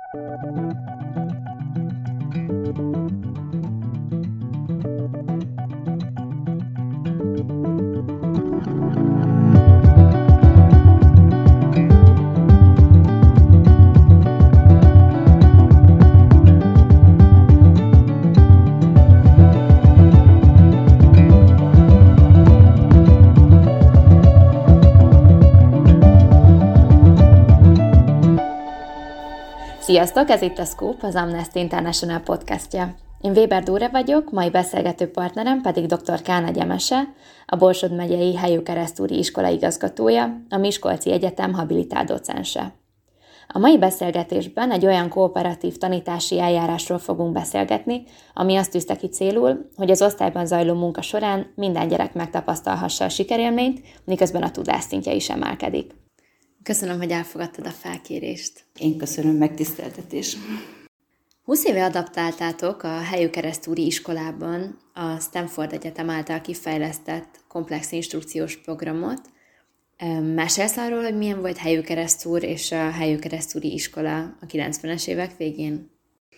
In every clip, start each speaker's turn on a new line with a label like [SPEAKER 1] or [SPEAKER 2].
[SPEAKER 1] Sziasztok, ez itt a Scoop, az Amnesty International podcastja. Én Weber Dóra vagyok, mai beszélgető partnerem pedig dr. Kálnagyi Emese, a Borsod megyei Helyő-Keresztúri iskola igazgatója, a Miskolci Egyetem habilitált docense. A mai beszélgetésben egy olyan kooperatív tanítási eljárásról fogunk beszélgetni, ami azt tűzte ki célul, hogy az osztályban zajló munka során minden gyerek megtapasztalhassa a sikerélményt, miközben a tudásszintje is emelkedik. Köszönöm, hogy elfogadtad a felkérést.
[SPEAKER 2] Én köszönöm, megtiszteltetés.
[SPEAKER 1] 20 éve adaptáltátok a Helyő-Keresztúri iskolában a Stanford Egyetem által kifejlesztett komplex instrukciós programot. Mesélsz arról, hogy milyen volt Helyő-Keresztúr és a Helyő-Keresztúri iskola a 90-es évek végén?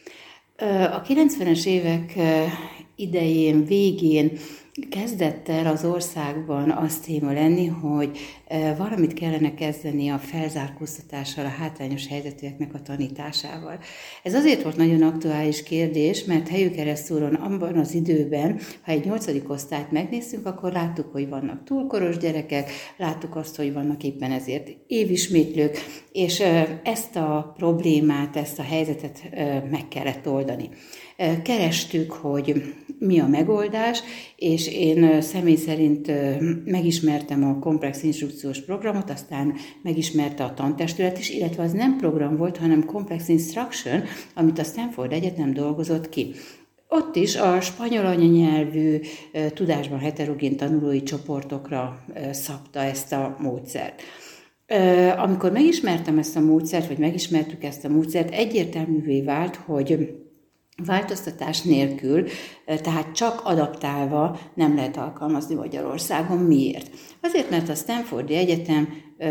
[SPEAKER 2] A 90-es évek idején, végén kezdett el az országban az téma lenni, hogy valamit kellene kezdeni a felzárkóztatással, a hátrányos helyzetűeknek a tanításával. Ez azért volt nagyon aktuális kérdés, mert Helyő-Keresztúron abban az időben, ha egy 8. osztályt megnéztünk, akkor láttuk, hogy vannak túlkoros gyerekek, láttuk azt, hogy vannak éppen ezért évismétlők, és ezt a problémát, ezt a helyzetet meg kellett oldani. Kerestük, hogy mi a megoldás, és én személy szerint megismertem a komplex instrukciós programot, aztán megismerte a tantestület is, illetve az nem program volt, hanem Complex Instruction, amit a Stanford Egyetem dolgozott ki. Ott is a spanyol anyanyelvű, tudásban heterogén tanulói csoportokra szabta ezt a módszert. Amikor megismertem ezt a módszert, vagy megismertük ezt a módszert, egyértelművé vált, hogy változtatás nélkül, tehát csak adaptálva nem lehet alkalmazni Magyarországon. Miért? Azért, mert a Stanfordi Egyetem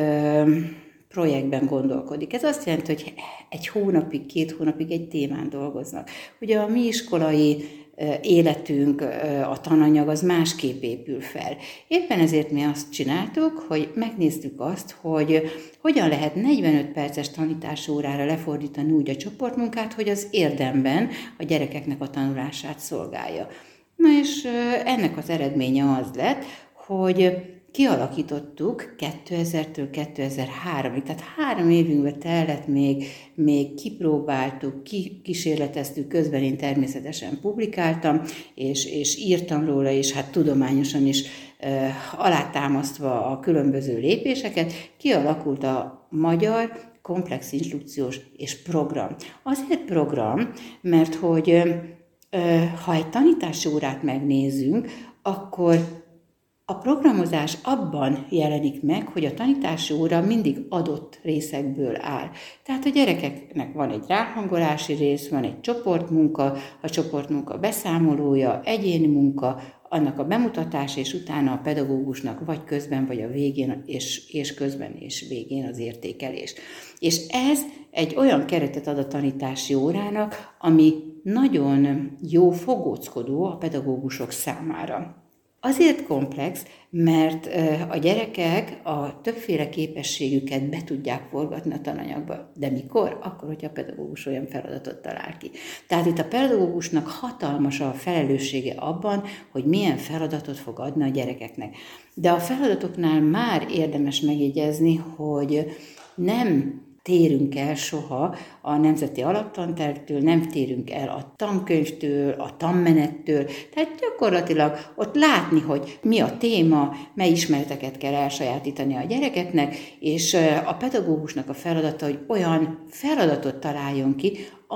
[SPEAKER 2] projektben gondolkodik. Ez azt jelenti, hogy egy hónapig, 2 hónapig egy témán dolgoznak. Ugye a mi iskolai életünk, a tananyag az másképp épül fel. Éppen ezért mi azt csináltuk, hogy megnéztük azt, hogy hogyan lehet 45 perces tanításórára lefordítani úgy a csoportmunkát, hogy az érdemben a gyerekeknek a tanulását szolgálja. Na és ennek az eredménye az lett, hogy kialakítottuk 2000-től 2003-ig, tehát 3 évünkbe tellett, még kipróbáltuk, kísérleteztük, közben én természetesen publikáltam, és írtam róla, és hát tudományosan is alátámasztva a különböző lépéseket, kialakult a magyar komplex instrukciós és program. Azért program, mert hogy ha egy tanítási órát megnézzünk, akkor a programozás abban jelenik meg, hogy a tanítási óra mindig adott részekből áll. Tehát a gyerekeknek van egy ráhangolási rész, van egy csoportmunka, a csoportmunka beszámolója, egyéni munka, annak a bemutatása, és utána a pedagógusnak vagy közben, vagy a végén, és közben és végén az értékelés. És ez egy olyan keretet ad a tanítási órának, ami nagyon jó fogóckodó a pedagógusok számára. Azért komplex, mert a gyerekek a többféle képességüket be tudják forgatni a tananyagba. De mikor? Akkor, hogyha a pedagógus olyan feladatot talál ki. Tehát itt a pedagógusnak hatalmas a felelőssége abban, hogy milyen feladatot fog adni a gyerekeknek. De a feladatoknál már érdemes megjegyezni, hogy nem térünk el soha a nemzeti alaptantervtől, nem térünk el a tankönyvtől, a tanmenettől, tehát gyakorlatilag ott látni, hogy mi a téma, mely ismereteket kell elsajátítani a gyerekeknek, és a pedagógusnak a feladata, hogy olyan feladatot találjon ki,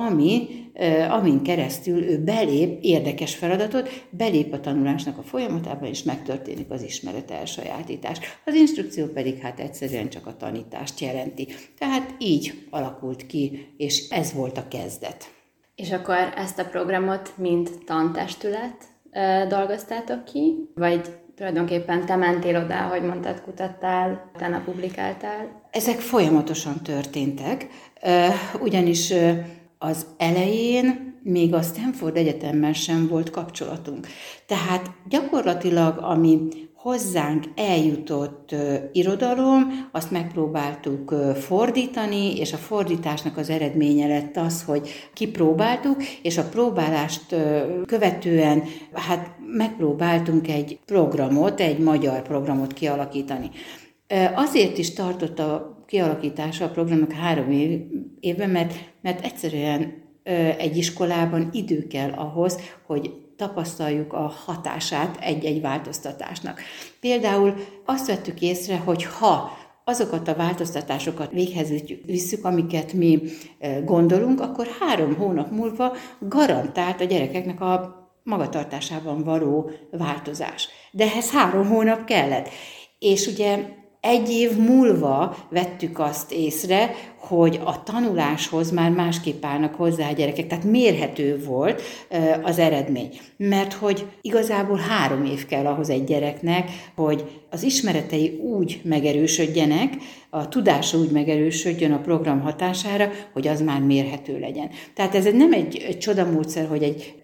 [SPEAKER 2] amin keresztül ő belép, érdekes feladatot, belép a tanulásnak a folyamatában, és megtörténik az ismeret elsajátítás. Az instrukció pedig hát egyszerűen csak a tanítást jelenti. Tehát így alakult ki, és ez volt a kezdet.
[SPEAKER 1] És akkor ezt a programot mind tantestület dolgoztátok ki, vagy tulajdonképpen te mentél oda, hogy mondtad, kutattál, utána publikáltál?
[SPEAKER 2] Ezek folyamatosan történtek, ugyanis az elején még a Stanford Egyetemmel sem volt kapcsolatunk. Tehát gyakorlatilag, ami hozzánk eljutott irodalom, azt megpróbáltuk fordítani, és a fordításnak az eredménye lett az, hogy kipróbáltuk, és a próbálást követően megpróbáltunk egy programot, egy magyar programot kialakítani. Azért is tartott a kialakítása a programnak 3 évben, mert egyszerűen egy iskolában idő kell ahhoz, hogy tapasztaljuk a hatását egy-egy változtatásnak. Például azt vettük észre, hogy ha azokat a változtatásokat véghez visszük, amiket mi gondolunk, akkor 3 hónap múlva garantált a gyerekeknek a magatartásában való változás. De ehhez 3 hónap kellett. És ugye 1 év múlva vettük azt észre, hogy a tanuláshoz már másképp állnak hozzá a gyerekek, tehát mérhető volt az eredmény. Mert hogy igazából 3 év kell ahhoz egy gyereknek, hogy az ismeretei úgy megerősödjenek, a tudása úgy megerősödjön a program hatására, hogy az már mérhető legyen. Tehát ez nem egy csodamódszer, hogy egy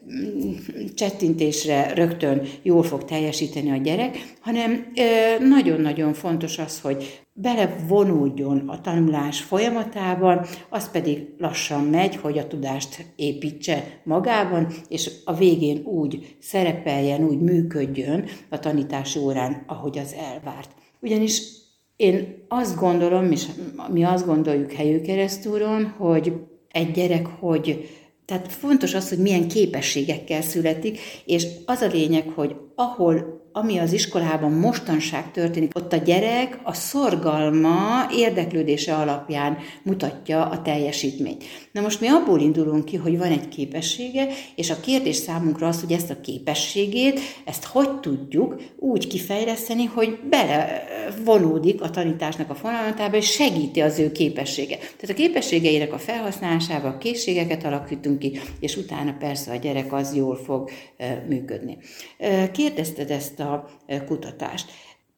[SPEAKER 2] csettintésre rögtön jól fog teljesíteni a gyerek, hanem nagyon-nagyon fontos az, hogy belevonódjon a tanulás folyamatában, az pedig lassan megy, hogy a tudást építse magában, és a végén úgy szerepeljen, úgy működjön a tanítási órán, ahogy az elvárt. Ugyanis én azt gondolom, és mi azt gondoljuk Helyőkeresztúron, hogy egy gyerek, tehát fontos az, hogy milyen képességekkel születik, és az a lényeg, hogy ami az iskolában mostanság történik, ott a gyerek a szorgalma, érdeklődése alapján mutatja a teljesítményt. Na most mi abból indulunk ki, hogy van egy képessége, és a kérdés számunkra az, hogy ezt a képességét, ezt hogy tudjuk úgy kifejleszteni, hogy belevonódik a tanításnak a folyamatába, és segíti az ő képessége. Tehát a képességeinek a felhasználásával készségeket alakítunk ki, és utána persze a gyerek az jól fog működni. Kérdezted ezt a kutatást.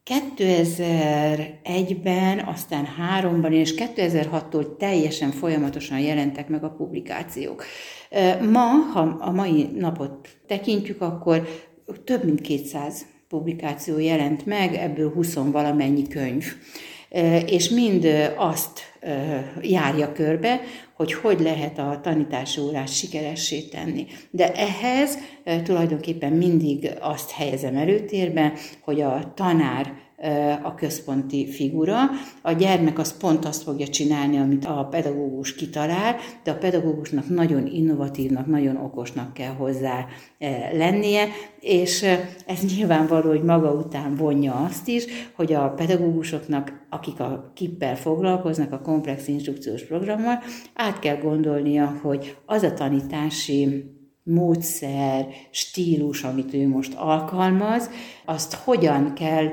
[SPEAKER 2] 2001-ben, aztán 2003-ban és 2006-tól teljesen folyamatosan jelentek meg a publikációk. Ha a mai napot tekintjük, akkor több mint 200 publikáció jelent meg, ebből 20 valamennyi könyv. És mind azt járja körbe, hogy lehet a tanítási órát sikeressé tenni. De ehhez tulajdonképpen mindig azt helyezem előtérbe, hogy a tanár a központi figura, a gyermek az pont azt fogja csinálni, amit a pedagógus kitalál, de a pedagógusnak nagyon innovatívnak, nagyon okosnak kell hozzá lennie, és ez nyilvánvaló, hogy maga után vonja azt is, hogy a pedagógusoknak, akik a KIP-pel foglalkoznak, a komplex instrukciós programmal, át kell gondolnia, hogy az a tanítási módszer, stílus, amit ő most alkalmaz, azt hogyan kell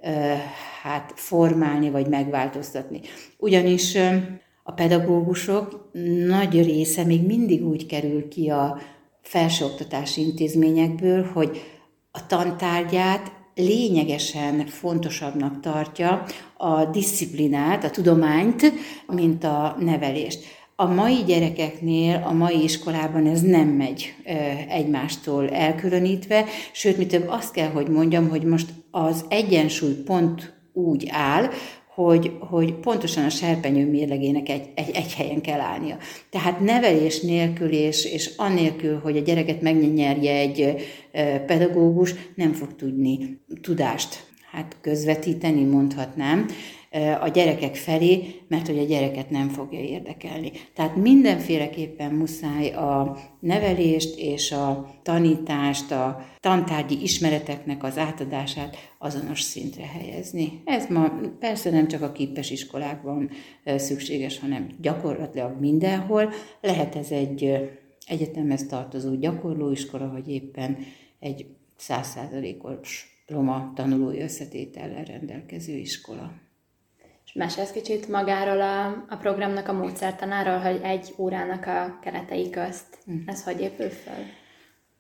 [SPEAKER 2] formálni vagy megváltoztatni. Ugyanis a pedagógusok nagy része még mindig úgy kerül ki a felsőoktatási intézményekből, hogy a tantárgyát lényegesen fontosabbnak tartja a disziplinát, a tudományt, mint a nevelést. A mai gyerekeknél, a mai iskolában ez nem megy egymástól elkülönítve, sőt, mi több azt kell, hogy mondjam, hogy most az egyensúly pont úgy áll, hogy pontosan a serpenyő mérlegének egy helyen kell állnia. Tehát nevelés nélkül és annélkül, hogy a gyereket megnyerje egy pedagógus, nem fog tudni tudást közvetíteni, mondhatnám, a gyerekek felé, mert hogy a gyereket nem fogja érdekelni. Tehát mindenféleképpen muszáj a nevelést és a tanítást, a tantárgyi ismereteknek az átadását azonos szintre helyezni. Ez ma persze nem csak a KIP-es iskolákban szükséges, hanem gyakorlatilag mindenhol. Lehet ez egy egyetemhez tartozó gyakorlóiskola, vagy éppen egy 100%-os roma tanulói összetétellel rendelkező iskola.
[SPEAKER 1] Mesélsz kicsit magáról a programnak a módszertanáról, hogy egy órának a keretei közt. Ez hogy épül fel?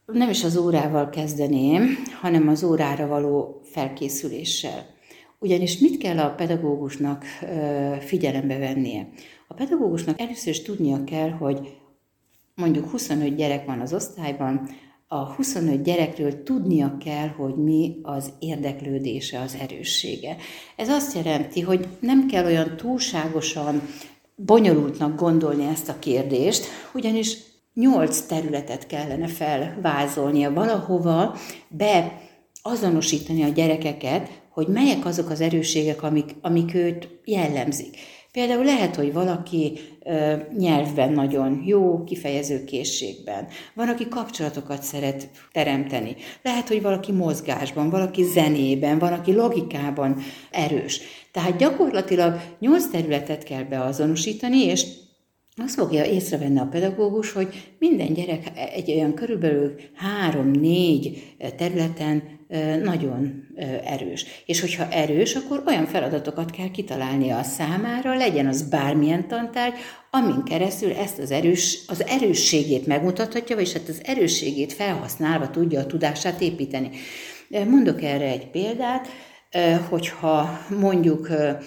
[SPEAKER 2] Nem is az órával kezdeném, hanem az órára való felkészüléssel. Ugyanis mit kell a pedagógusnak figyelembe vennie? A pedagógusnak először is tudnia kell, hogy mondjuk 25 gyerek van az osztályban, a 25 gyerekről tudnia kell, hogy mi az érdeklődése, az erőssége. Ez azt jelenti, hogy nem kell olyan túlságosan bonyolultnak gondolni ezt a kérdést, ugyanis 8 területet kellene felvázolnia, valahova beazonosítani a gyerekeket, hogy melyek azok az erősségek, amik őt jellemzik. Például lehet, hogy valaki nyelvben nagyon jó, kifejező készségben. Van, aki kapcsolatokat szeret teremteni. Lehet, hogy valaki mozgásban, valaki zenében, van, aki logikában erős. Tehát gyakorlatilag 8 területet kell beazonosítani, és azt fogja észrevenni a pedagógus, hogy minden gyerek egy olyan körülbelül 3-4 területen nagyon erős. És hogyha erős, akkor olyan feladatokat kell kitalálnia a számára, legyen az bármilyen tantárgy, amin keresztül ezt az erősségét megmutathatja, vagyis hát az erősségét felhasználva tudja a tudását építeni. Mondok erre egy példát, hogyha mondjuk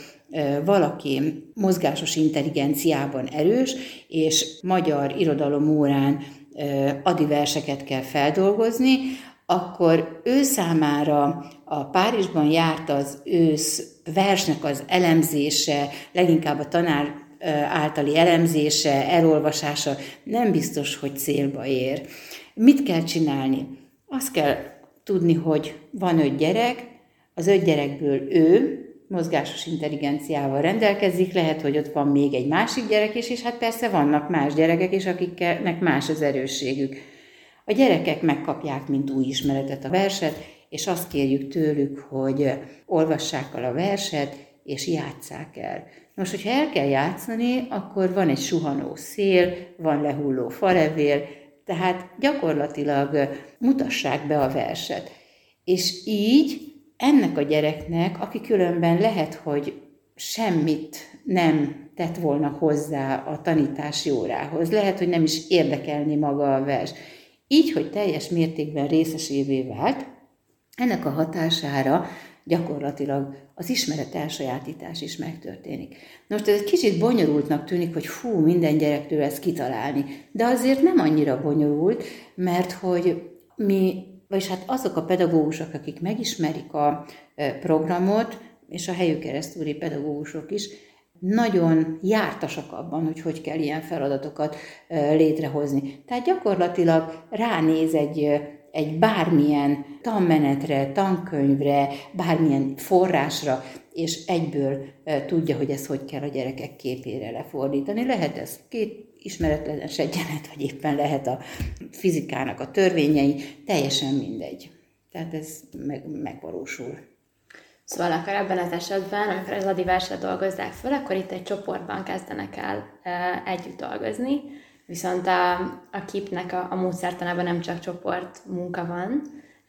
[SPEAKER 2] valaki mozgásos intelligenciában erős, és magyar irodalom órán adi verseket kell feldolgozni, akkor ő számára a Párizsban járt az ősz versnek az elemzése, leginkább a tanár általi elemzése, elolvasása nem biztos, hogy célba ér. Mit kell csinálni? Azt kell tudni, hogy van 5 gyerek, az 5 gyerekből ő mozgásos intelligenciával rendelkezik, lehet, hogy ott van még egy másik gyerek is, és hát persze vannak más gyerekek is, akiknek más az erősségük. A gyerekek megkapják, mint új ismeretet a verset, és azt kérjük tőlük, hogy olvassák el a verset, és játsszák el. Most, hogyha el kell játszani, akkor van egy suhanó szél, van lehulló falevél, tehát gyakorlatilag mutassák be a verset. És így ennek a gyereknek, aki különben lehet, hogy semmit nem tett volna hozzá a tanítási órához, lehet, hogy nem is érdekelni maga a vers, így, hogy teljes mértékben részesévé vált, ennek a hatására gyakorlatilag az ismeret elsajátítás is megtörténik. Most ez egy kicsit bonyolultnak tűnik, hogy minden gyerektől ezt kitalálni, de azért nem annyira bonyolult, mert hogy vagyis hát azok a pedagógusok, akik megismerik a programot, és a Helyő Keresztúri pedagógusok is, nagyon jártasak abban, hogy kell ilyen feladatokat létrehozni. Tehát gyakorlatilag ránéz egy bármilyen tanmenetre, tankönyvre, bármilyen forrásra, és egyből tudja, hogy ezt hogy kell a gyerekek képére lefordítani. Lehet ez 2 ismeretlenes egyenlet, vagy éppen lehet a fizikának a törvényei, teljesen mindegy. Tehát ez megvalósul.
[SPEAKER 1] Szóval akkor ebben az esetben, amikor az adi verset dolgozzák föl, akkor itt egy csoportban kezdenek el együtt dolgozni, viszont a KIP-nek a módszertanában nem csak csoport munka van,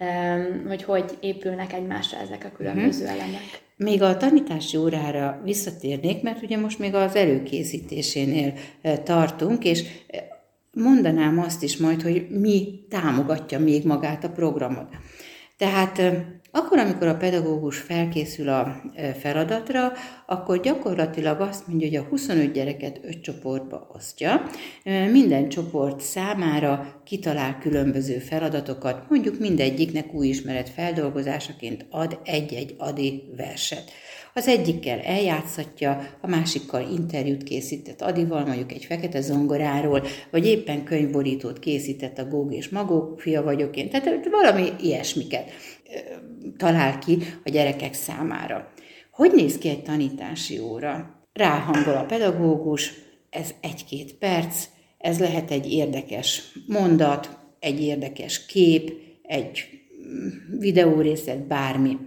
[SPEAKER 1] hogy épülnek egymásra ezek a különböző elemek.
[SPEAKER 2] Még a tanítási órára visszatérnék, mert ugye most még az előkészítésénél tartunk, és mondanám azt is majd, hogy mi támogatja még magát a programot. Tehát akkor, amikor a pedagógus felkészül a feladatra, akkor gyakorlatilag azt mondja, hogy a 25 gyereket 5 csoportba osztja. Minden csoport számára kitalál különböző feladatokat, mondjuk mindegyiknek új ismeret feldolgozásaként ad egy-egy adi verset. Az egyikkel eljátszatja, a másikkal interjút készített Adival, mondjuk egy fekete zongoráról, vagy éppen könyvborítót készített a Góg és Magók fia vagyok én. Tehát valami ilyesmiket talál ki a gyerekek számára. Hogy néz ki egy tanítási óra? Ráhangol a pedagógus, ez 1-2 perc, ez lehet egy érdekes mondat, egy érdekes kép, egy videórészlet, bármi.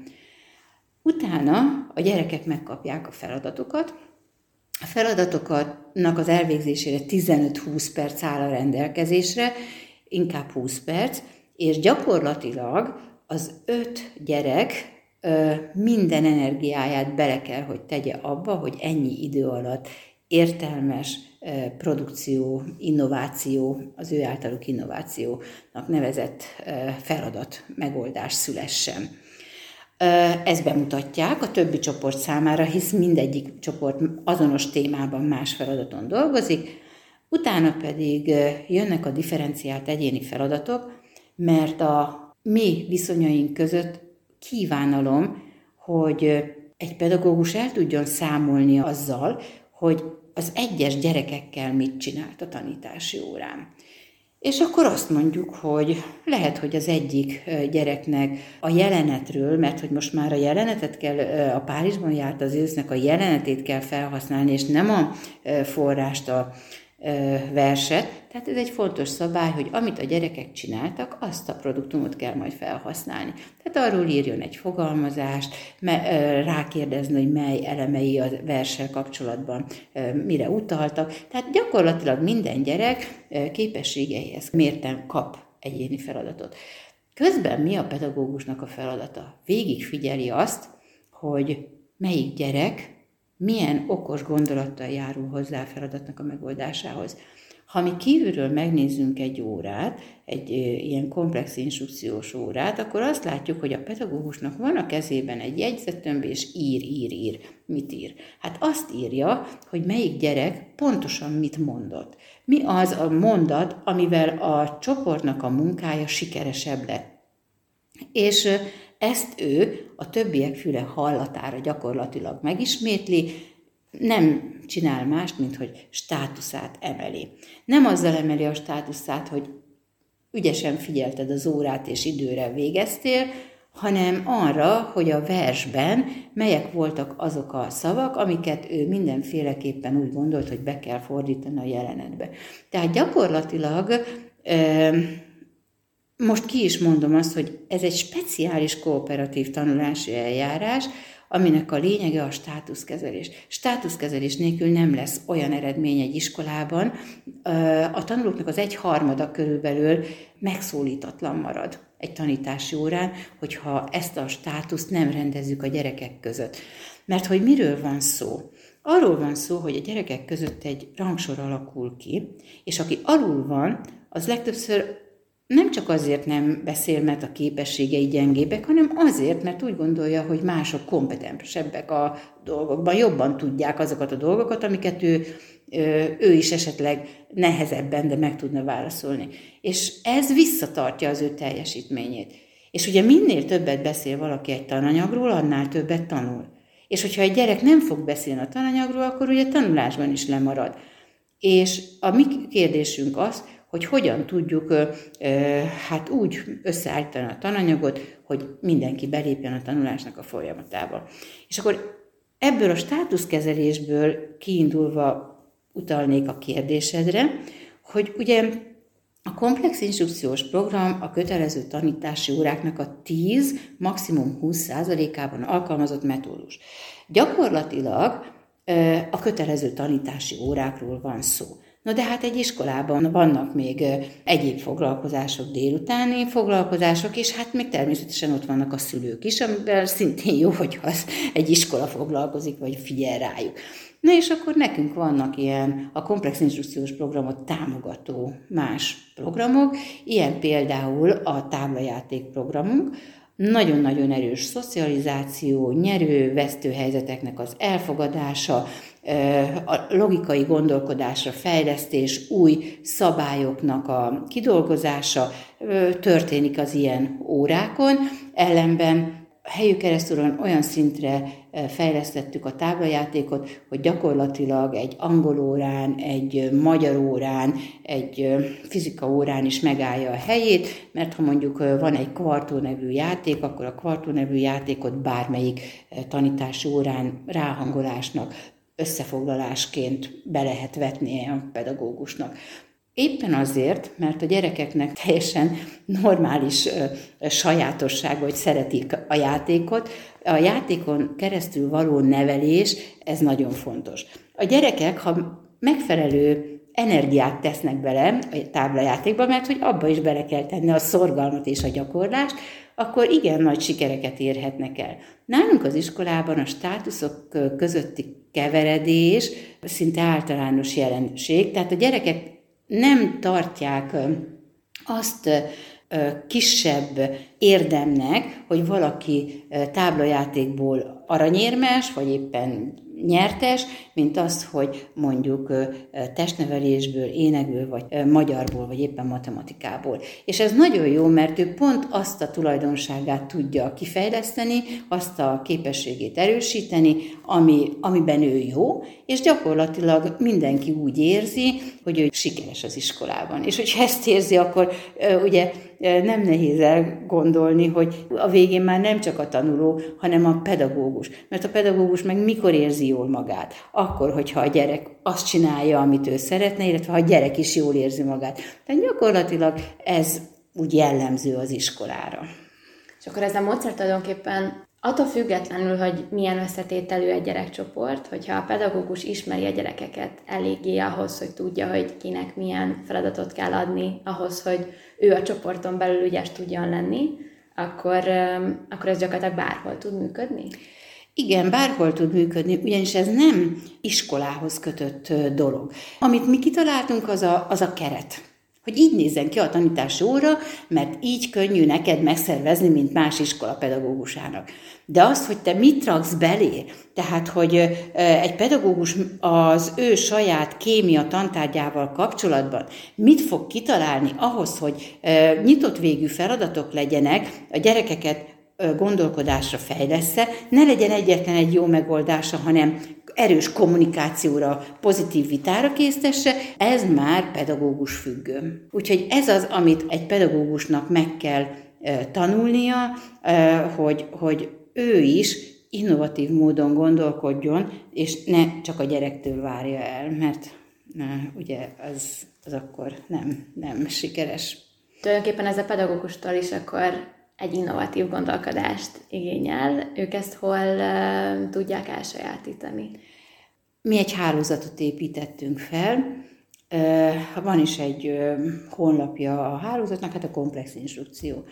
[SPEAKER 2] Utána a gyerekek megkapják a feladatokat. A feladatoknak az elvégzésére 15-20 perc áll a rendelkezésre, inkább 20 perc, és gyakorlatilag az 5 gyerek minden energiáját bele kell, hogy tegye abba, hogy ennyi idő alatt értelmes, produkció, innováció, az ő általuk innovációnak nevezett feladat, megoldás szülessen. Ezt bemutatják a többi csoport számára, hisz mindegyik csoport azonos témában más feladaton dolgozik, utána pedig jönnek a differenciált egyéni feladatok, mert a mi viszonyaink között kívánalom, hogy egy pedagógus el tudjon számolni azzal, hogy az egyes gyerekekkel mit csinált a tanítási órán. És akkor azt mondjuk, hogy lehet, hogy az egyik gyereknek a jelenetről, mert hogy most már a jelenetet kell, a Párizsban járt az ősznek a jelenetét kell felhasználni, és nem a forrást, a verset. Tehát ez egy fontos szabály, hogy amit a gyerekek csináltak, azt a produktumot kell majd felhasználni. Tehát arról írjon egy fogalmazást, rákérdezni, hogy mely elemei a verssel kapcsolatban mire utaltak. Tehát gyakorlatilag minden gyerek képességeihez mérten kap egyéni feladatot. Közben mi a pedagógusnak a feladata? Végig figyeli azt, hogy melyik gyerek milyen okos gondolattal járul hozzá a feladatnak a megoldásához. Ha mi kívülről megnézzünk egy órát, egy ilyen komplex instrukciós órát, akkor azt látjuk, hogy a pedagógusnak van a kezében egy jegyzettömb, és ír. Mit ír? Hát azt írja, hogy melyik gyerek pontosan mit mondott. Mi az a mondat, amivel a csoportnak a munkája sikeresebb lett. És ezt ő a többiek füle hallatára gyakorlatilag megismétli, nem csinál mást, mint hogy státuszát emeli. Nem azzal emeli a státuszát, hogy ügyesen figyelted az órát és időre végeztél, hanem arra, hogy a versben melyek voltak azok a szavak, amiket ő mindenféleképpen úgy gondolt, hogy be kell fordítani a jelenetbe. Tehát gyakorlatilag most ki is mondom azt, hogy ez egy speciális kooperatív tanulási eljárás, aminek a lényege a státuszkezelés. Státuszkezelés nélkül nem lesz olyan eredmény egy iskolában, a tanulóknak az 1/3 körülbelül megszólítatlan marad egy tanítási órán, hogyha ezt a státuszt nem rendezzük a gyerekek között. Mert hogy miről van szó? Arról van szó, hogy a gyerekek között egy rangsor alakul ki, és aki alul van, az legtöbbször nem csak azért nem beszél, mert a képességei gyengébbek, hanem azért, mert úgy gondolja, hogy mások kompetensebbek a dolgokban, jobban tudják azokat a dolgokat, amiket ő is esetleg nehezebben, de meg tudna válaszolni. És ez visszatartja az ő teljesítményét. És ugye minél többet beszél valaki egy tananyagról, annál többet tanul. És hogyha egy gyerek nem fog beszélni a tananyagról, akkor ugye tanulásban is lemarad. És a mi kérdésünk az, hogy hogyan tudjuk úgy összeállítani a tananyagot, hogy mindenki belépjen a tanulásnak a folyamatába. És akkor ebből a státuszkezelésből kiindulva utalnék a kérdésedre, hogy ugye a komplex instrukciós program a kötelező tanítási óráknak a 10, maximum 20%-ában alkalmazott metódus. Gyakorlatilag a kötelező tanítási órákról van szó. Na de hát egy iskolában vannak még egyéb foglalkozások, délutáni foglalkozások, és hát még természetesen ott vannak a szülők is, amivel szintén jó, hogyha egy iskola foglalkozik, vagy figyel rájuk. Na és akkor nekünk vannak ilyen a komplex instrukciós programot támogató más programok, ilyen például a táblajáték programunk, nagyon-nagyon erős szocializáció, nyerő-vesztő helyzeteknek az elfogadása, a logikai gondolkodásra fejlesztés, új szabályoknak a kidolgozása történik az ilyen órákon, ellenben Helyük Keresztúron olyan szintre fejlesztettük a táblajátékot, hogy gyakorlatilag egy angol órán, egy magyar órán, egy fizika órán is megállja a helyét, mert ha mondjuk van egy Quarto nevű játék, akkor a Quarto nevű játékot bármelyik tanítási órán ráhangolásnak, összefoglalásként be lehet vetni a pedagógusnak. Éppen azért, mert a gyerekeknek teljesen normális sajátosság, hogy szeretik a játékot, a játékon keresztül való nevelés, ez nagyon fontos. A gyerekek, ha megfelelő energiát tesznek bele a táblajátékba, mert hogy abba is bele kell tenni a szorgalmat és a gyakorlást, akkor igen nagy sikereket érhetnek el. Nálunk az iskolában a státuszok közötti keveredés szinte általános jelenség, tehát a gyerekek nem tartják azt kisebb érdemnek, hogy valaki táblajátékból aranyérmes, vagy éppen nyertes, mint azt, hogy mondjuk testnevelésből, énekből, vagy magyarból, vagy éppen matematikából. És ez nagyon jó, mert ő pont azt a tulajdonságát tudja kifejleszteni, azt a képességét erősíteni, amiben ő jó, és gyakorlatilag mindenki úgy érzi, hogy ő sikeres az iskolában. És hogyha ezt érzi, akkor ugye nem nehéz elgondolni, hogy a végén már nem csak a tanuló, hanem a pedagógus. Mert a pedagógus meg mikor érzi jól magát? Akkor, hogyha a gyerek azt csinálja, amit ő szeretne, illetve ha a gyerek is jól érzi magát. Tehát gyakorlatilag ez úgy jellemző az iskolára.
[SPEAKER 1] És akkor ez a módszer tulajdonképpen attól függetlenül, hogy milyen összetételű egy gyerekcsoport, hogyha a pedagógus ismeri a gyerekeket eléggé ahhoz, hogy tudja, hogy kinek milyen feladatot kell adni, ahhoz, hogy ő a csoporton belül ügyes tudjon lenni, akkor ez gyakorlatilag bárhol tud működni?
[SPEAKER 2] Igen, bárhol tud működni, ugyanis ez nem iskolához kötött dolog. Amit mi kitaláltunk, az a keret. Hogy így nézzen ki a tanítási óra, mert így könnyű neked megszervezni, mint más iskola pedagógusának. De az, hogy te mit raksz belé, tehát, hogy egy pedagógus az ő saját kémia tantárgyával kapcsolatban mit fog kitalálni ahhoz, hogy nyitott végű feladatok legyenek, a gyerekeket gondolkodásra fejlessze, ne legyen egyetlen egy jó megoldása, hanem erős kommunikációra, pozitív vitára késztesse, ez már pedagógus függő. Úgyhogy ez az, amit egy pedagógusnak meg kell tanulnia, hogy ő is innovatív módon gondolkodjon, és ne csak a gyerektől várja el, mert ugye az akkor nem sikeres.
[SPEAKER 1] Tulajdonképpen ez a pedagógustól is akkor egy innovatív gondolkodást igényel. Ők ezt hol tudják elsajátítani?
[SPEAKER 2] Mi egy hálózatot építettünk fel. Van is egy honlapja a hálózatnak, hát a komplex instrukció.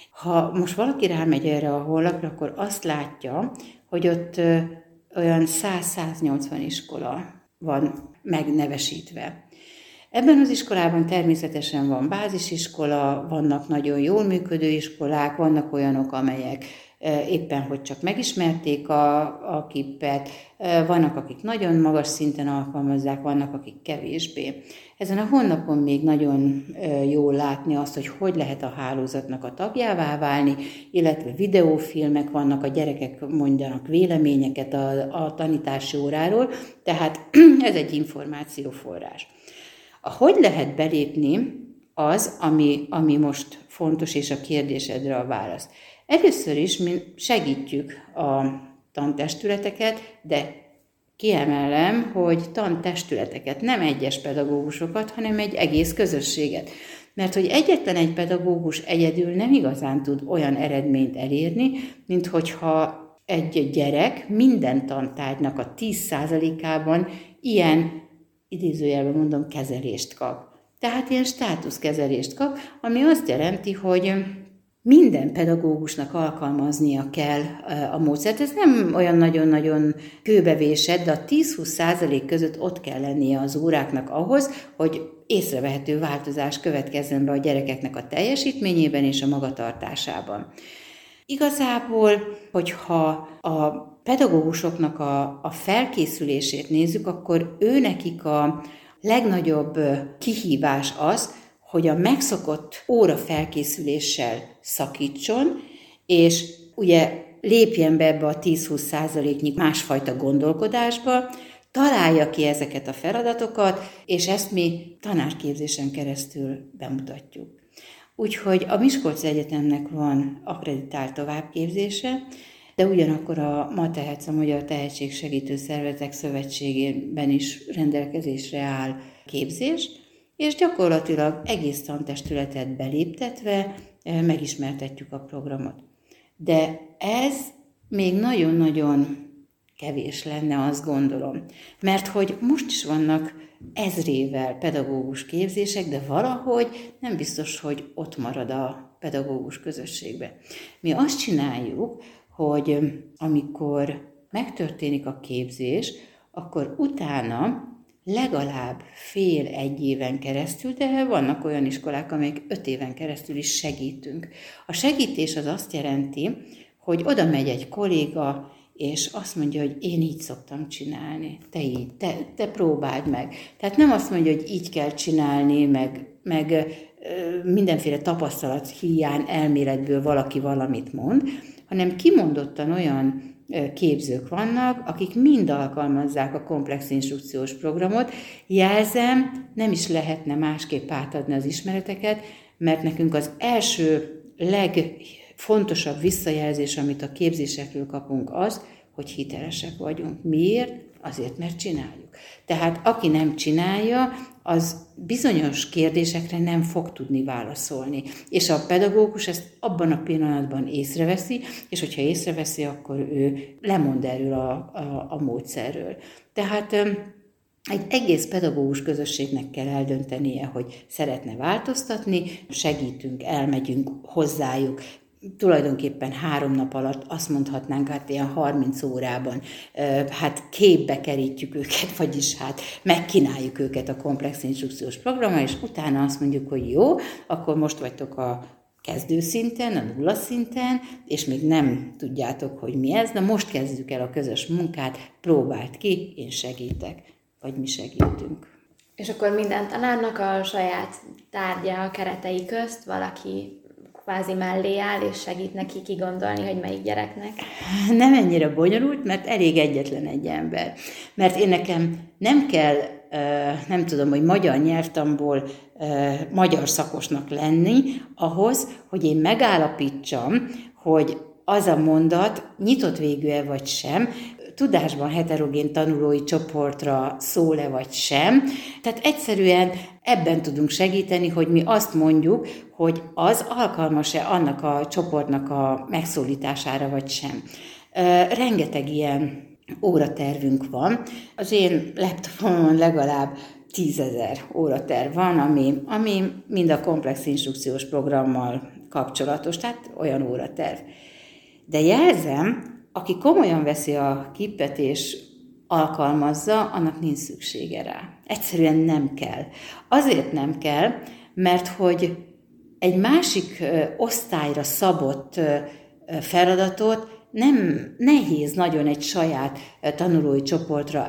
[SPEAKER 2] Ha most valaki rámegy erre a honlapra, akkor azt látja, hogy ott olyan 100-180 iskola van megnevesítve. Ebben az iskolában természetesen van bázisiskola, vannak nagyon jól működő iskolák, vannak olyanok, amelyek éppen, hogy csak megismerték a KIPP-et, vannak, akik nagyon magas szinten alkalmazzák, vannak, akik kevésbé. Ezen a honlapon még nagyon jól látni azt, hogy lehet a hálózatnak a tagjává válni, illetve videófilmek vannak, a gyerekek mondanak véleményeket a tanítási óráról, tehát ez egy információforrás. Hogy lehet belépni, az, ami most fontos, és a kérdésedre a válasz. Először is mi segítjük a tantestületeket, de kiemelem, hogy tantestületeket, nem egyes pedagógusokat, hanem egy egész közösséget. Mert hogy egyetlen egy pedagógus egyedül nem igazán tud olyan eredményt elérni, mint hogyha egy gyerek minden tantárgynak a 10%-ában ilyen, idézőjelben mondom, kezelést kap. Tehát ilyen státuszkezelést kap, ami azt jelenti, hogy minden pedagógusnak alkalmaznia kell a módszert. Ez nem olyan nagyon-nagyon kőbevésett, de a 10-20% között ott kell lennie az óráknak ahhoz, hogy észrevehető változás következzen be a gyerekeknek a teljesítményében és a magatartásában. Igazából, hogyha a pedagógusoknak a felkészülését nézzük, akkor őnekik a legnagyobb kihívás az, hogy a megszokott óra felkészüléssel szakítson, és ugye lépjen be ebbe a 10-20%-nyi másfajta gondolkodásba, találja ki ezeket a feladatokat, és ezt mi tanárképzésen keresztül bemutatjuk. Úgyhogy a Miskolci Egyetemnek van akkreditált továbbképzése, de ugyanakkor a MATEHEC, a Magyar Tehetségsegítő Szervezetek Szövetségében is rendelkezésre áll képzés, és gyakorlatilag egész tantestületet beléptetve megismertetjük a programot. De ez még nagyon-nagyon kevés lenne, azt gondolom. Mert hogy most is vannak ezrével pedagógus képzések, de valahogy nem biztos, hogy ott marad a pedagógus közösségbe. Mi azt csináljuk, hogy amikor megtörténik a képzés, akkor utána legalább fél-egy éven keresztül, de vannak olyan iskolák, amelyek 5 éven keresztül is segítünk. A segítés az azt jelenti, hogy oda megy egy kolléga, és azt mondja, hogy én így szoktam csinálni, te próbáld meg. Tehát nem azt mondja, hogy így kell csinálni, meg mindenféle tapasztalat hiány, elméletből valaki valamit mond, hanem kimondottan olyan képzők vannak, akik mind alkalmazzák a komplex instrukciós programot. Jelzem, nem is lehetne másképp átadni az ismereteket, mert nekünk az első legfontosabb visszajelzés, amit a képzésekről kapunk, az, hogy hitelesek vagyunk. Miért? Azért, mert csináljuk. Tehát aki nem csinálja, az bizonyos kérdésekre nem fog tudni válaszolni. És a pedagógus ezt abban a pillanatban észreveszi, és hogyha észreveszi, akkor ő lemond erről a módszerről. Tehát egy egész pedagógus közösségnek kell eldöntenie, hogy szeretne változtatni, segítünk, elmegyünk hozzájuk. Tulajdonképpen 3 nap alatt azt mondhatnánk, hát ilyen 30 órában, hát képbe kerítjük őket, vagyis hát megkínáljuk őket a komplex instrukciós programra, és utána azt mondjuk, hogy jó, akkor most vagytok a kezdőszinten, a 0 szinten, és még nem tudjátok, hogy mi ez, de most kezdjük el a közös munkát, próbáld ki, én segítek, vagy mi segítünk.
[SPEAKER 1] És akkor minden tanárnak a saját tárgya, a keretei közt valaki kvázi mellé áll, és segít neki kigondolni, hogy melyik gyereknek?
[SPEAKER 2] Nem ennyire bonyolult, mert elég egyetlen egy ember. Mert én nekem nem kell, nem tudom, hogy magyar nyelvtanból magyar szakosnak lenni ahhoz, hogy én megállapítsam, hogy az a mondat nyitott végű-e vagy sem, tudásban heterogén tanulói csoportra szól-e vagy sem. Tehát egyszerűen ebben tudunk segíteni, hogy mi azt mondjuk, hogy az alkalmas-e annak a csoportnak a megszólítására vagy sem. Rengeteg ilyen óratervünk van. Az én laptopomon legalább 10 000 óraterv van, ami mind a komplex instrukciós programmal kapcsolatos, tehát olyan óraterv. De jelzem, aki komolyan veszi a KIP-et és alkalmazza, annak nincs szüksége rá. Egyszerűen nem kell. Azért nem kell, mert hogy egy másik osztályra szabott feladatot nem nehéz nagyon egy saját tanulói csoportra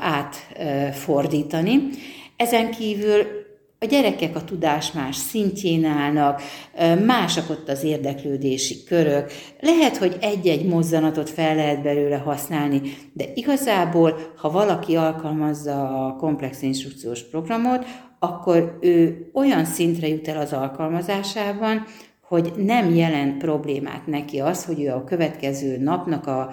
[SPEAKER 2] átfordítani. Ezen kívül a gyerekek a tudás más szintjén állnak, másak ott az érdeklődési körök. Lehet, hogy egy-egy mozzanatot fel lehet belőle használni, de igazából, ha valaki alkalmazza a komplex instrukciós programot, akkor ő olyan szintre jut el az alkalmazásában, hogy nem jelent problémát neki az, hogy ő a következő napnak a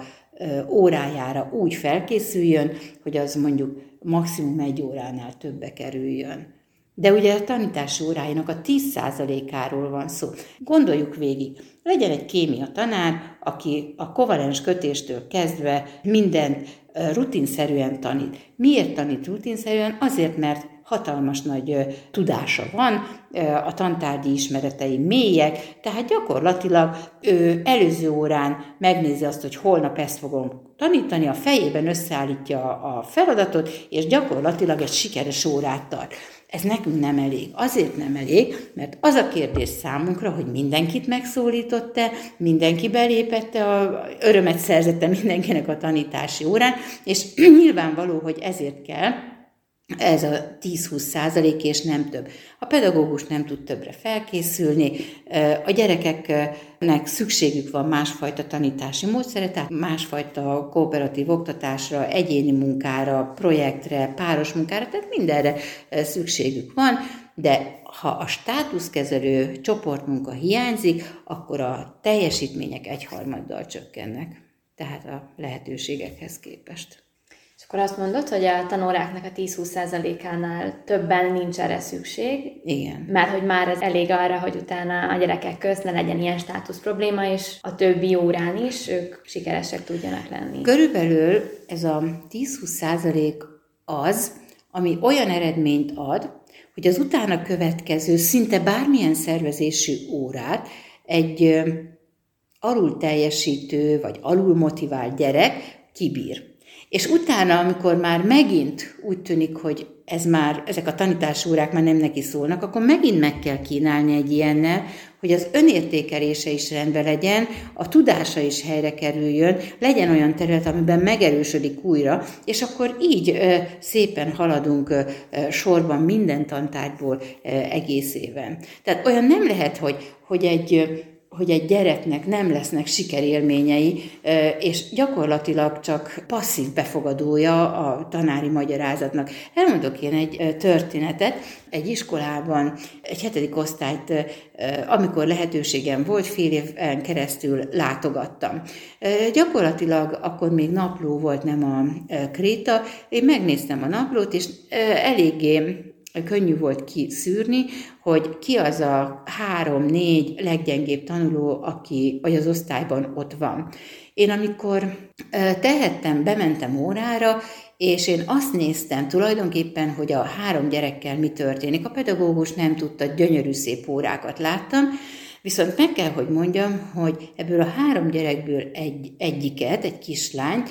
[SPEAKER 2] órájára úgy felkészüljön, hogy az mondjuk maximum 1 óránál többe kerüljön. De ugye a tanítási óráinak a 10%-áról van szó. Gondoljuk végig, legyen egy kémia tanár, aki a kovalens kötéstől kezdve mindent rutinszerűen tanít. Miért tanít rutinszerűen? Azért, mert hatalmas nagy tudása van, a tantárgyi ismeretei mélyek, tehát gyakorlatilag ő előző órán megnézi azt, hogy holnap ezt fogom tanítani, a fejében összeállítja a feladatot, és gyakorlatilag egy sikeres órát tart. Ez nekünk nem elég. Azért nem elég, mert az a kérdés számunkra, hogy mindenkit megszólított-e, mindenki belépette, örömet szerzette mindenkinek a tanítási órán, és nyilvánvaló, hogy ezért kell ez a 10-20% és nem több. A pedagógus nem tud többre felkészülni, a gyerekeknek szükségük van másfajta tanítási módszerre, tehát másfajta kooperatív oktatásra, egyéni munkára, projektre, páros munkára, tehát mindenre szükségük van, de ha a státuszkezelő csoportmunka hiányzik, akkor a teljesítmények 1/3 csökkennek, tehát a lehetőségekhez képest.
[SPEAKER 1] És Akkor azt mondod, hogy a tanóráknak a 10-20%-ánál többen nincs erre szükség.
[SPEAKER 2] Igen.
[SPEAKER 1] Mert hogy már ez elég arra, hogy utána a gyerekek közt ne legyen ilyen státusz probléma, és a többi órán is ők sikeresek tudjanak lenni.
[SPEAKER 2] Körülbelül ez a 10-20% az, ami olyan eredményt ad, hogy az utána következő szinte bármilyen szervezésű órát egy alul teljesítő vagy alul motivált gyerek kibír. És utána, amikor már megint úgy tűnik, hogy ezek a tanítási órák már nem neki szólnak, akkor megint meg kell kínálni egy ilyennel, hogy az önértékelése is rendben legyen, a tudása is helyre kerüljön, legyen olyan terület, amiben megerősödik újra, és akkor így szépen haladunk sorban minden tantárgyból egész éven. Tehát olyan nem lehet, hogy egy gyereknek nem lesznek sikerélményei, és gyakorlatilag csak passzív befogadója a tanári magyarázatnak. Elmondok én egy történetet. Egy iskolában egy 7. osztályt, amikor lehetőségem volt, fél éven keresztül látogattam. Gyakorlatilag akkor még napló volt, nem a kréta. Én megnéztem a naplót, és eléggé könnyű volt kiszűrni, hogy ki az a 3-4 leggyengébb tanuló, aki vagy az osztályban ott van. Én amikor tehettem, bementem órára, és én azt néztem tulajdonképpen, hogy a 3 gyerekkel mi történik. A pedagógus nem tudta, gyönyörű szép órákat láttam, viszont meg kell, hogy mondjam, hogy ebből a 3 gyerekből egyiket, egy kislányt,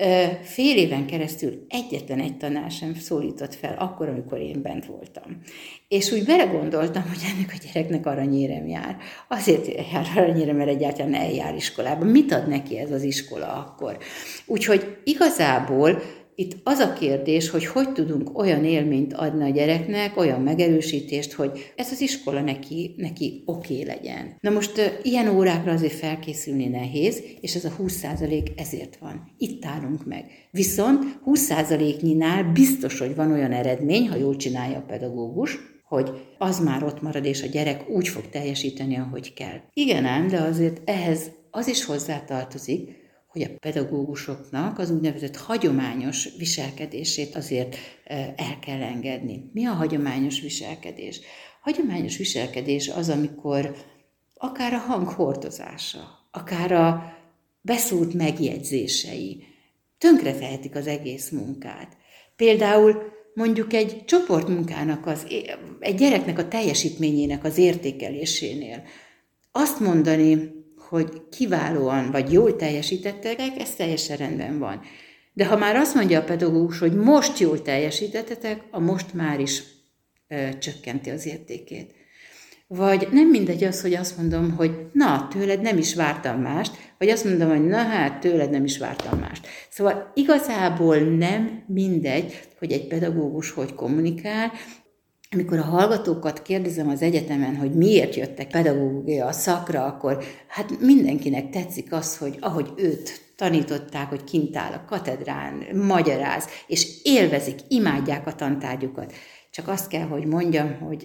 [SPEAKER 2] fél éven keresztül egyetlen egy tanár sem szólított fel, akkor, amikor én bent voltam. És úgy belegondoltam, hogy ennek a gyereknek aranyérem jár. Azért jár aranyérem, mert egyáltalán eljár iskolába. Mit ad neki ez az iskola akkor? Úgyhogy igazából itt az a kérdés, hogy tudunk olyan élményt adni a gyereknek, olyan megerősítést, hogy ez az iskola neki oké legyen. Na most ilyen órákra azért felkészülni nehéz, és ez a 20% ezért van. Itt állunk meg. Viszont 20%-nyinál biztos, hogy van olyan eredmény, ha jól csinálja a pedagógus, hogy az már ott marad, és a gyerek úgy fog teljesíteni, ahogy kell. Igen ám, de azért ehhez az is hozzátartozik, hogy a pedagógusoknak az úgynevezett hagyományos viselkedését azért el kell engedni. Mi a hagyományos viselkedés? Hagyományos viselkedés az, amikor akár a hang hordozása, akár a beszúrt megjegyzései tönkretehetik az egész munkát. Például mondjuk egy csoportmunkának, egy gyereknek a teljesítményének az értékelésénél azt mondani, hogy kiválóan vagy jól teljesítettek, ez teljesen rendben van. De ha már azt mondja a pedagógus, hogy most jól teljesítettetek, a most már is csökkenti az értékét. Vagy nem mindegy az, hogy azt mondom, hogy na, tőled nem is vártam mást, vagy azt mondom, hogy na hát, tőled nem is vártam mást. Szóval igazából nem mindegy, hogy egy pedagógus hogy kommunikál. Amikor a hallgatókat kérdezem az egyetemen, hogy miért jöttek pedagógia szakra, akkor hát mindenkinek tetszik az, hogy ahogy őt tanították, hogy kint áll a katedrán, magyaráz, és élvezik, imádják a tantárgyukat. Csak azt kell, hogy mondjam, hogy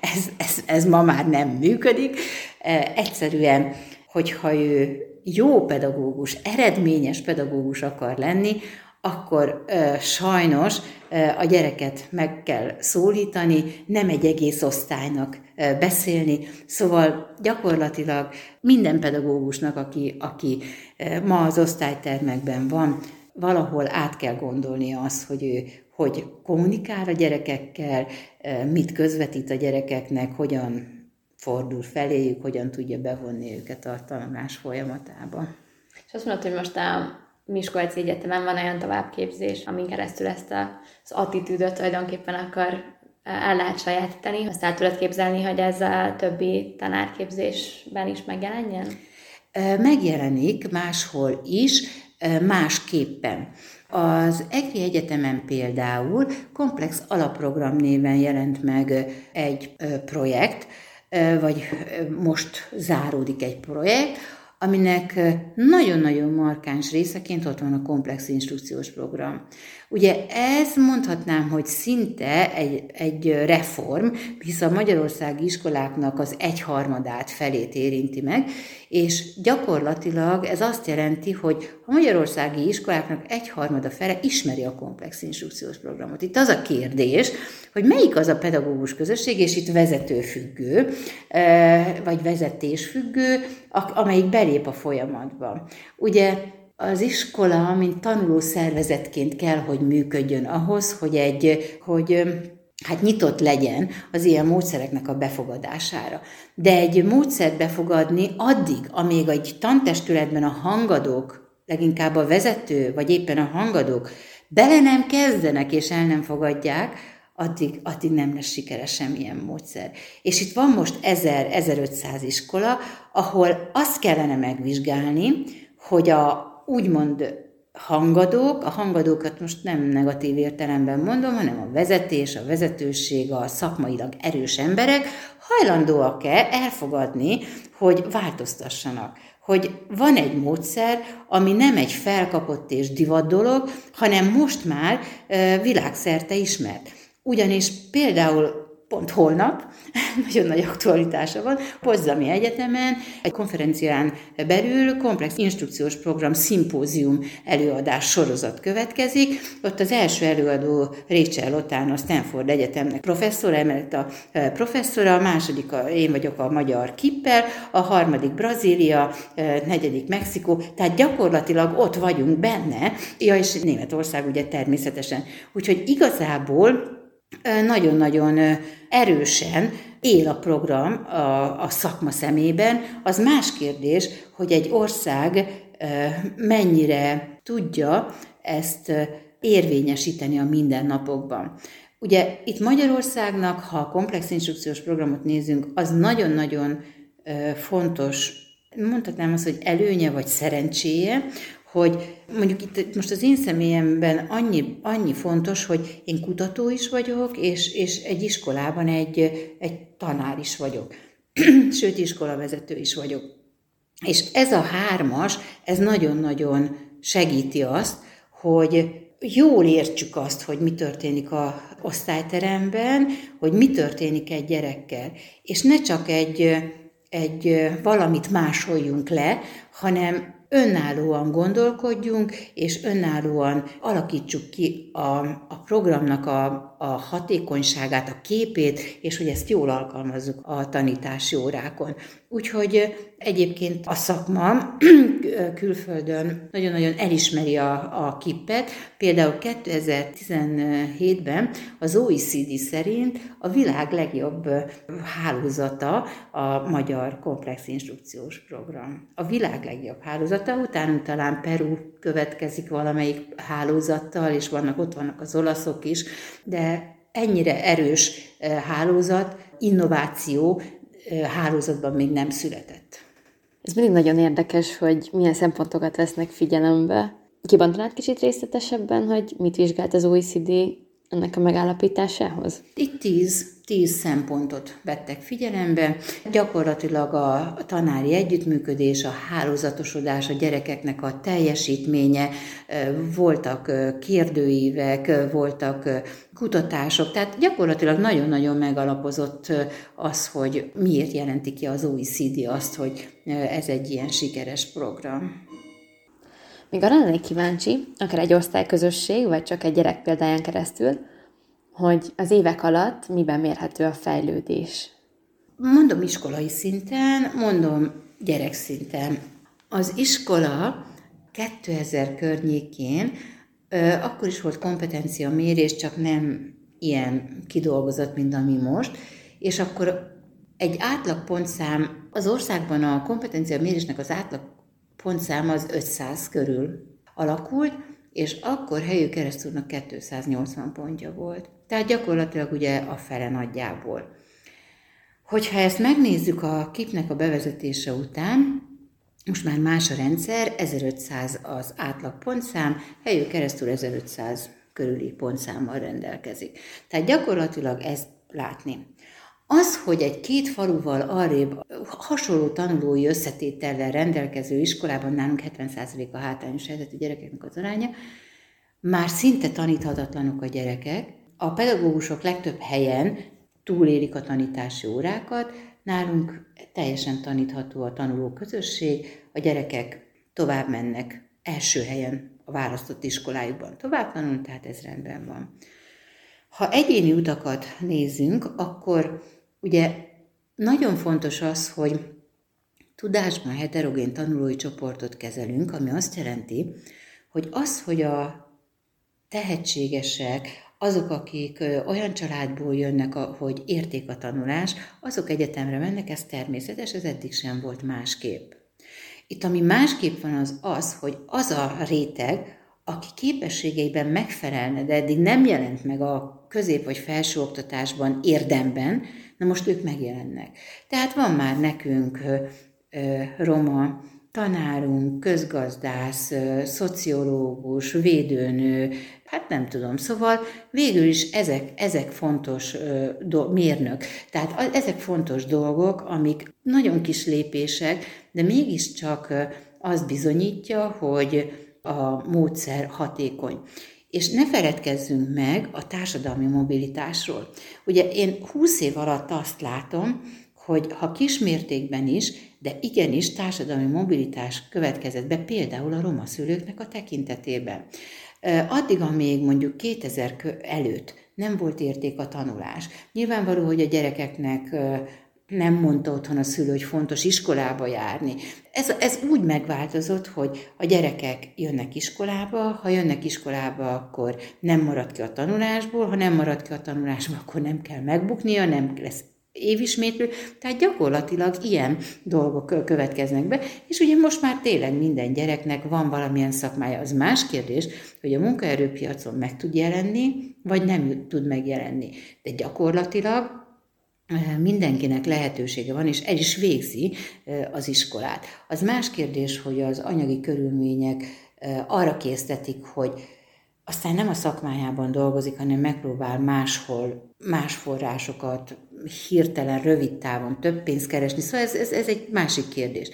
[SPEAKER 2] ez ma már nem működik. Egyszerűen, hogyha ő jó pedagógus, eredményes pedagógus akar lenni, akkor sajnos a gyereket meg kell szólítani, nem egy egész osztálynak beszélni. Szóval gyakorlatilag minden pedagógusnak, aki ma az osztálytermekben van, valahol át kell gondolnia azt, hogy ő hogy kommunikál a gyerekekkel, mit közvetít a gyerekeknek, hogyan fordul feléjük, hogyan tudja bevonni őket a tanulás folyamatába.
[SPEAKER 1] És azt mondod, hogy most a Miskolci Egyetemen van olyan továbbképzés, amin keresztül ezt az attitűdöt tulajdonképpen el lehet sajátítani. Azt el tudod képzelni, hogy ez a többi tanárképzésben is megjelenjen?
[SPEAKER 2] Megjelenik máshol is, másképpen. Az EGRI Egyetemen például komplex alapprogram néven jelent meg egy projekt, vagy most záródik egy projekt, aminek nagyon-nagyon markáns részeként ott van a komplex instrukciós program. Ugye ez mondhatnám, hogy szinte egy reform, hisz a magyarországi iskoláknak az 1/3 felét érinti meg, és gyakorlatilag ez azt jelenti, hogy a magyarországi iskoláknak 1/3 fele ismeri a komplex instrukciós programot. Itt az a kérdés, hogy melyik az a pedagógus közösség, és itt vezetőfüggő, vagy vezetésfüggő, amelyik belép a folyamatba. Ugye az iskola, mint tanuló szervezetként kell, hogy működjön ahhoz, hogy nyitott legyen az ilyen módszereknek a befogadására. De egy módszert befogadni addig, amíg egy tantestületben a hangadók, leginkább a vezető, vagy éppen a hangadók bele nem kezdenek és el nem fogadják, addig nem lesz sikeres semmilyen módszer. És itt van most 1000-1500 iskola, ahol azt kellene megvizsgálni, hogy a úgymond hangadók, a hangadókat most nem negatív értelemben mondom, hanem a vezetés, a vezetőség, a szakmailag erős emberek hajlandóak-e elfogadni, hogy változtassanak. Hogy van egy módszer, ami nem egy felkapott és divat dolog, hanem most már világszerte ismert. Ugyanis például pont holnap, nagyon nagy aktualitása van, Potsdami Egyetemen egy konferencián belül komplex instrukciós program szimpózium előadás sorozat következik. Ott az első előadó Rachel Lotán, a Stanford Egyetemnek professzora, emellett a professzora, a második én vagyok a magyar Kipper, a harmadik Brazília, negyedik Mexikó, tehát gyakorlatilag ott vagyunk benne, és Németország ugye természetesen. Úgyhogy igazából nagyon-nagyon erősen él a program a szakma szemében. Az más kérdés, hogy egy ország mennyire tudja ezt érvényesíteni a mindennapokban. Ugye itt Magyarországnak, ha a komplex instrukciós programot nézünk, az nagyon-nagyon fontos, mondhatnám azt, hogy előnye vagy szerencséje, hogy mondjuk itt most az én személyemben annyi fontos, hogy én kutató is vagyok, és egy iskolában egy tanár is vagyok, sőt iskolavezető is vagyok. És ez a hármas, ez nagyon-nagyon segíti azt, hogy jól értsük azt, hogy mi történik az osztályteremben, hogy mi történik egy gyerekkel, és ne csak egy valamit másoljunk le, hanem önállóan gondolkodjunk, és önállóan alakítsuk ki a programnak a hatékonyságát, a képét, és hogy ezt jól alkalmazzuk a tanítási órákon. Úgyhogy egyébként a szakma külföldön nagyon-nagyon elismeri a Kippet. Például 2017-ben az OECD szerint a világ legjobb hálózata a magyar komplex instrukciós program. A világ legjobb hálózata, utána talán Peru következik valamelyik hálózattal, és ott vannak az olaszok is, de ennyire erős hálózat, innováció hálózatban még nem született.
[SPEAKER 1] Ez mindig nagyon érdekes, hogy milyen szempontokat vesznek figyelembe. Kibontanád kicsit részletesebben, hogy mit vizsgált az OECD ennek a megállapításához?
[SPEAKER 2] Itt 10 szempontot vettek figyelembe. Gyakorlatilag a tanári együttműködés, a hálózatosodás, a gyerekeknek a teljesítménye, voltak kérdőívek, voltak kutatások, tehát gyakorlatilag nagyon-nagyon megalapozott az, hogy miért jelenti ki az OECD azt, hogy ez egy ilyen sikeres program.
[SPEAKER 1] Még arra lennék kíváncsi, akár egy osztályközösség, vagy csak egy gyerek példáján keresztül, hogy az évek alatt miben mérhető a fejlődés?
[SPEAKER 2] Mondom iskolai szinten, mondom gyerekszinten. Az iskola 2000 környékén akkor is volt kompetencia mérés, csak nem ilyen kidolgozott, mint ami most, és akkor egy átlagpontszám, az országban a kompetencia mérésnek az átlagpontszám az 500 körül alakult, és akkor Helyő Kereszt úrnak 280 pontja volt. Tehát gyakorlatilag ugye a fele nagyjából. Hogyha ezt megnézzük a KIP-nek a bevezetése után, most már más a rendszer, 1500 az átlag pontszám, Helyő Kereszt úr 1500 körüli pontszámmal rendelkezik. Tehát gyakorlatilag ezt látni. Az, hogy egy 2 faluval arrébb hasonló tanulói összetétellel rendelkező iskolában nálunk 70% a hátrányos helyzetű gyerekeknek az aránya, már szinte taníthatatlanok a gyerekek. A pedagógusok legtöbb helyen túlélik a tanítási órákat, nálunk teljesen tanítható a tanuló közösség, a gyerekek tovább mennek első helyen a választott iskolájukban tovább tanulni, tehát ez rendben van. Ha egyéni utakat nézzünk, akkor ugye nagyon fontos az, hogy tudásban heterogén tanulói csoportot kezelünk, ami azt jelenti, hogy hogy a tehetségesek, azok, akik olyan családból jönnek, hogy érték a tanulás, azok egyetemre mennek, ez természetes, ez eddig sem volt másképp. Itt ami másképp van az, hogy az a réteg, aki képességeiben megfelelne, de eddig nem jelent meg a közép- vagy felsőoktatásban érdemben, na most ők megjelennek. Tehát van már nekünk roma tanárunk, közgazdász, szociológus, védőnő, hát nem tudom, szóval végül is ezek fontos mérnök. Tehát ezek fontos dolgok, amik nagyon kis lépések, de mégiscsak azt bizonyítja, hogy a módszer hatékony. És ne feledkezzünk meg a társadalmi mobilitásról. Ugye én 20 év alatt azt látom, hogy ha kismértékben is, de igenis társadalmi mobilitás következett be például a roma szülőknek a tekintetében. Addig, amíg mondjuk 2000 előtt nem volt érték a tanulás. Nyilvánvaló, hogy a gyerekeknek nem mondta otthon a szülő, hogy fontos iskolába járni. Ez úgy megváltozott, hogy a gyerekek jönnek iskolába, ha jönnek iskolába, akkor nem marad ki a tanulásból, ha nem marad ki a tanulásból, akkor nem kell megbuknia, nem lesz évismétlő, tehát gyakorlatilag ilyen dolgok következnek be, és ugye most már tényleg minden gyereknek van valamilyen szakmája. Az más kérdés, hogy a munkaerőpiacon meg tud jelenni, vagy nem tud megjelenni. De gyakorlatilag mindenkinek lehetősége van, és el is végzi az iskolát. Az más kérdés, hogy az anyagi körülmények arra késztetik, hogy aztán nem a szakmájában dolgozik, hanem megpróbál máshol más forrásokat hirtelen, rövid távon több pénzt keresni. Szóval ez egy másik kérdés.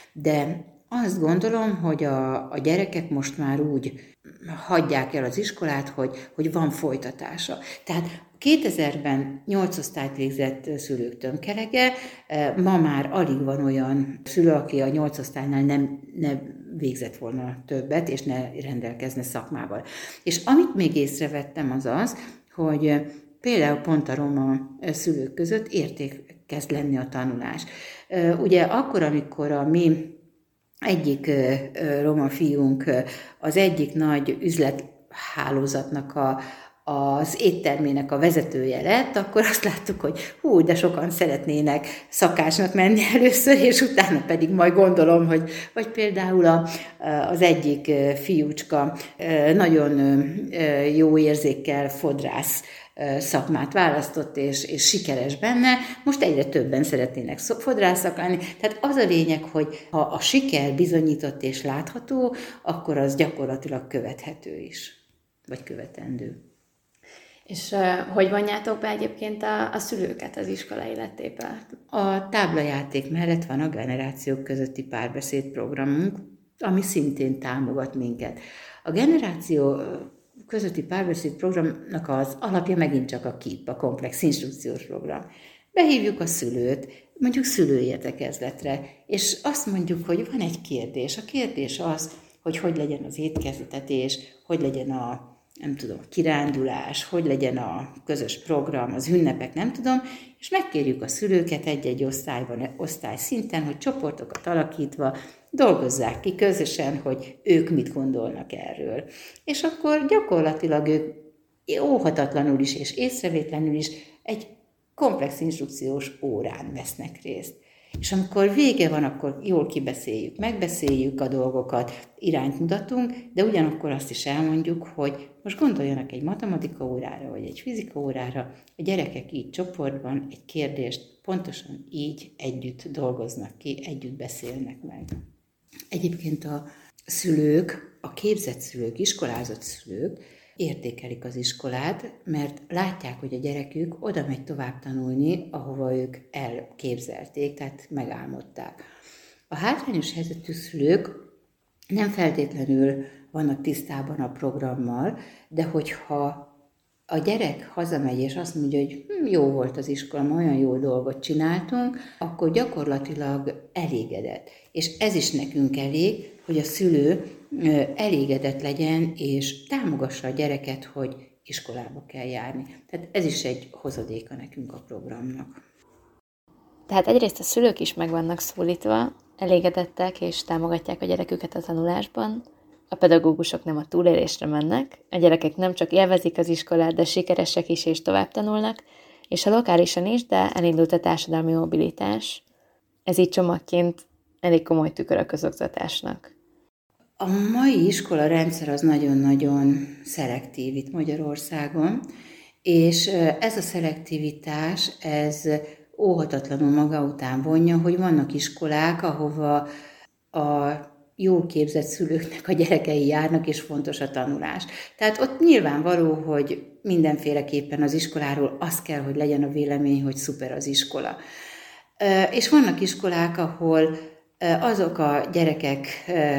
[SPEAKER 2] De azt gondolom, hogy a gyerekek most már úgy hagyják el az iskolát, hogy van folytatása. Tehát 2000-ben 8 osztályt végzett szülők tömkelege, ma már alig van olyan szülő, aki a 8 osztálynál nem végzett volna többet, és ne rendelkezne szakmával. És amit még észrevettem az, hogy például pont a roma szülők között kezd lenni a tanulás. Ugye akkor, amikor a mi egyik roma fiunk az egyik nagy üzlethálózatnak az éttermének a vezetője lett, akkor azt láttuk, hogy de sokan szeretnének szakácsnak menni először, és utána pedig majd gondolom, hogy vagy például az egyik fiúcska nagyon jó érzékkel fodrász szakmát választott, és sikeres benne, most egyre többen szeretnének fodrászak lenni. Tehát az a lényeg, hogy ha a siker bizonyított és látható, akkor az gyakorlatilag követhető is, vagy követendő.
[SPEAKER 1] És hogy vonjátok be egyébként a szülőket az iskola életébe?
[SPEAKER 2] A táblajáték mellett van a generációk közötti párbeszéd programunk, ami szintén támogat minket. A generáció közötti párbeszéd programnak az alapja megint csak a KIP, a komplex instrukciós program. Behívjuk a szülőt, mondjuk szülőértekezletre, és azt mondjuk, hogy van egy kérdés. A kérdés az, hogy legyen az étkeztetés, hogy legyen a kirándulás, hogy legyen a közös program, az ünnepek, nem tudom, és megkérjük a szülőket egy-egy osztályban, osztályszinten, hogy csoportokat alakítva dolgozzák ki közösen, hogy ők mit gondolnak erről. És akkor gyakorlatilag ők óhatatlanul is és észrevétlenül is egy komplex instrukciós órán vesznek részt. És amikor vége van, akkor jól kibeszéljük, megbeszéljük a dolgokat, irányt mutatunk, de ugyanakkor azt is elmondjuk, hogy most gondoljanak egy matematika órára, vagy egy fizika órára, a gyerekek így csoportban egy kérdést pontosan így együtt dolgoznak ki, együtt beszélnek meg. Egyébként a szülők, a képzett szülők, iskolázott szülők értékelik az iskolát, mert látják, hogy a gyerekük oda megy tovább tanulni, ahova ők elképzelték, tehát megálmodták. A hátrányos helyzetű szülők nem feltétlenül vannak tisztában a programmal, de hogyha a gyerek hazamegy, és azt mondja, hogy jó volt az iskola, olyan jó dolgot csináltunk, akkor gyakorlatilag elégedett. És ez is nekünk elég, hogy a szülő elégedett legyen, és támogassa a gyereket, hogy iskolába kell járni. Tehát ez is egy hozadéka nekünk a programnak.
[SPEAKER 1] Tehát egyrészt a szülők is meg vannak szólítva, elégedettek és támogatják a gyereküket a tanulásban, a pedagógusok nem a túlélésre mennek, a gyerekek nem csak élvezik az iskolát, de sikeresek is és tovább tanulnak, és a lokálisan is, de elindult a társadalmi mobilitás. Ez így csomagként elég komoly tükör a közoktatásnak.
[SPEAKER 2] A mai iskola rendszer az nagyon-nagyon szelektív itt Magyarországon, és ez a szelektivitás, ez óhatatlanul maga után vonja, hogy vannak iskolák, ahova a jó képzett szülőknek a gyerekei járnak, és fontos a tanulás. Tehát ott nyilvánvaló, hogy mindenféleképpen az iskoláról az kell, hogy legyen a vélemény, hogy szuper az iskola. És vannak iskolák, ahol azok a gyerekek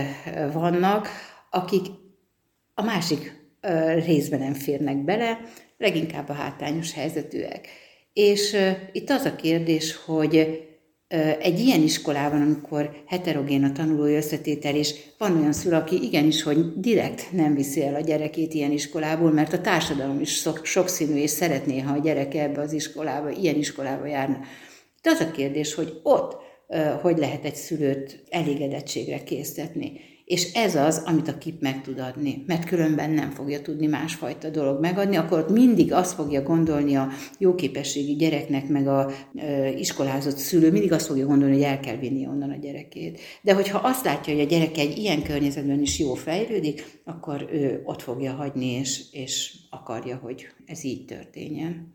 [SPEAKER 2] vannak, akik a másik részben nem férnek bele, leginkább a hátrányos helyzetűek. És itt az a kérdés, hogy egy ilyen iskolában, amikor heterogén a tanulói összetétel, és van olyan szülő, aki igenis, hogy direkt nem viszi el a gyerekét ilyen iskolából, mert a társadalom is sokszínű, és szeretné, ha a gyereke ebbe az iskolába, ilyen iskolába járna. De az a kérdés, hogy ott hogy lehet egy szülőt elégedettségre késztetni. És ez az, amit a KIP meg tud adni, mert különben nem fogja tudni másfajta dolog megadni, akkor ott mindig azt fogja gondolni a jóképességi gyereknek, meg a iskolázott szülő, mindig azt fogja gondolni, hogy el kell vinni onnan a gyerekét. De hogyha azt látja, hogy a gyereke egy ilyen környezetben is jól fejlődik, akkor ő ott fogja hagyni, és akarja, hogy ez így történjen.